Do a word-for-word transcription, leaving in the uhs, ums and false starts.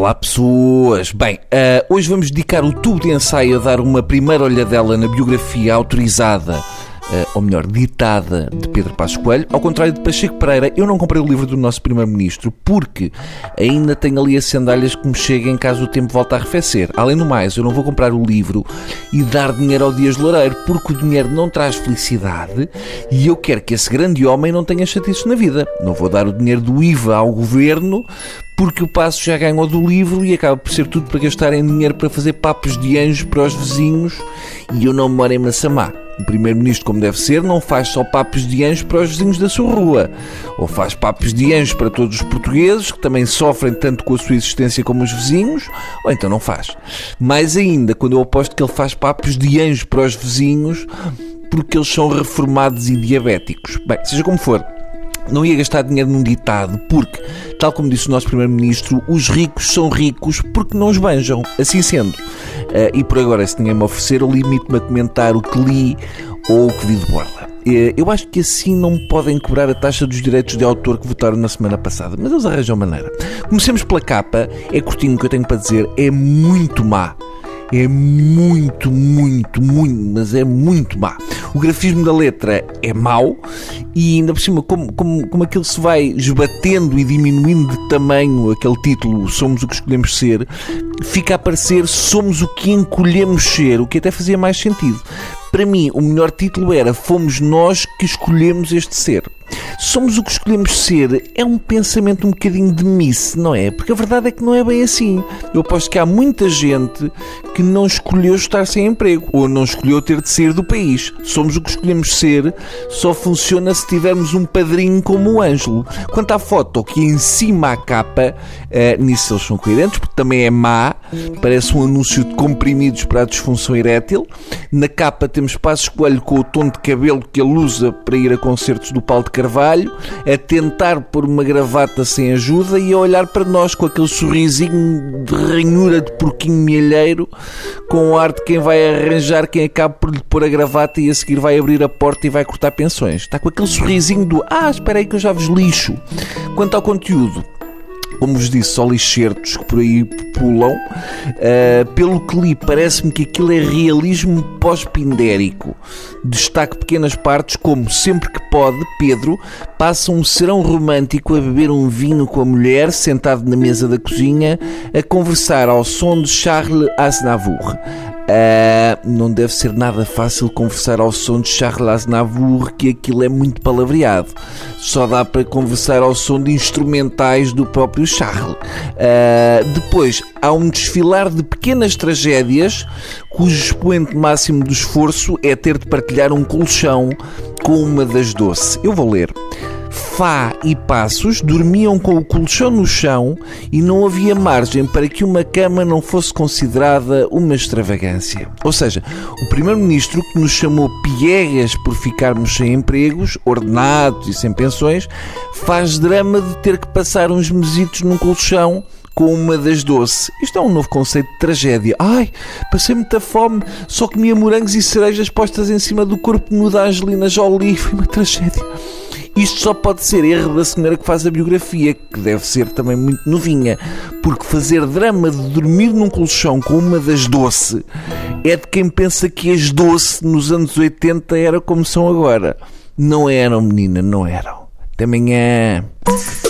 Olá pessoas! Bem, uh, hoje vamos dedicar o tubo de ensaio a dar uma primeira olhadela na biografia autorizada, uh, ou melhor, ditada, de Pedro Passos Coelho. Ao contrário de Pacheco Pereira, eu não comprei o livro do nosso primeiro-ministro porque ainda tenho ali as sandálias que me cheguem caso o tempo volte a arrefecer. Além do mais, eu não vou comprar o livro e dar dinheiro ao Dias Loureiro, porque o dinheiro não traz felicidade e eu quero que esse grande homem não tenha chatices na vida. Não vou dar o dinheiro do I V A ao governo, porque o Passo já ganhou do livro e acaba por ser tudo para gastarem dinheiro para fazer papos de anjo para os vizinhos, e eu não moro em Massamá. O primeiro-ministro, como deve ser, não faz só papos de anjo para os vizinhos da sua rua, ou faz papos de anjo para todos os portugueses, que também sofrem tanto com a sua existência como os vizinhos, ou então não faz. Mais ainda, quando eu aposto que ele faz papos de anjo para os vizinhos, porque eles são reformados e diabéticos. Bem, seja como for, não ia gastar dinheiro num ditado, porque, tal como disse o nosso primeiro-ministro, os ricos são ricos porque não os banjam. Assim sendo, uh, e por agora, se ninguém me oferecer, eu limito-me a comentar o que li ou o que vi de borla. Uh, eu acho que assim não me podem cobrar a taxa dos direitos de autor que votaram na semana passada, mas eles arranjam maneira. Comecemos pela capa. É curtinho o que eu tenho para dizer, é muito má. É muito, muito, muito, mas é muito má. O grafismo da letra é mau e ainda por cima, como, como, como aquilo se vai esbatendo e diminuindo de tamanho, aquele título Somos o que escolhemos ser, fica a parecer Somos o que encolhemos ser, o que até fazia mais sentido. Para mim, o melhor título era Fomos nós que escolhemos este ser. Somos o que escolhemos ser é um pensamento um bocadinho de mice, não é? Porque a verdade é que não é bem assim. Eu aposto que há muita gente que não escolheu estar sem emprego ou não escolheu ter de sair do país. Somos o que escolhemos ser só funciona se tivermos um padrinho como o Ângelo. Quanto à foto, que em cima à capa, uh, nisso eles são coerentes, porque também é má, parece um anúncio de comprimidos para a disfunção erétil. Na capa temos Passos Coelho com o tom de cabelo que ele usa para ir a concertos do Paulo de Carvalho, a tentar pôr uma gravata sem ajuda e a olhar para nós com aquele sorrisinho de ranhura de porquinho mielheiro, com o ar de quem vai arranjar quem acaba por lhe pôr a gravata e a seguir vai abrir a porta e vai cortar pensões. Está com aquele sorrisinho do ah, espera aí que eu já vos lixo. Quanto ao conteúdo, como vos disse, só lixertos que por aí pulam. Uh, pelo que li, parece-me que aquilo é realismo pós-pindérico. Destaque pequenas partes como, sempre que pode, Pedro passa um serão romântico a beber um vinho com a mulher, sentado na mesa da cozinha, a conversar ao som de Charles Aznavour. Uh, não deve ser nada fácil conversar ao som de Charles Aznavour, que aquilo é muito palavreado. Só dá para conversar ao som de instrumentais do próprio Charles. Uh, depois, há um desfilar de pequenas tragédias cujo expoente máximo do esforço é ter de partilhar um colchão com uma das doce. Eu vou ler. Fá e Passos dormiam com o colchão no chão e não havia margem para que uma cama não fosse considerada uma extravagância. Ou seja, o primeiro-ministro, que nos chamou piegas por ficarmos sem empregos, ordenados e sem pensões, faz drama de ter que passar uns mesitos num colchão com uma das doce. Isto é um novo conceito de tragédia. Ai, passei muita fome, só comia morangos e cerejas postas em cima do corpo nu da Angelina Jolie. Foi uma tragédia. Isto só pode ser erro da senhora que faz a biografia, que deve ser também muito novinha, porque fazer drama de dormir num colchão com uma das doce é de quem pensa que as doce nos anos oitenta era como são agora. Não eram, menina, não eram. Até amanhã.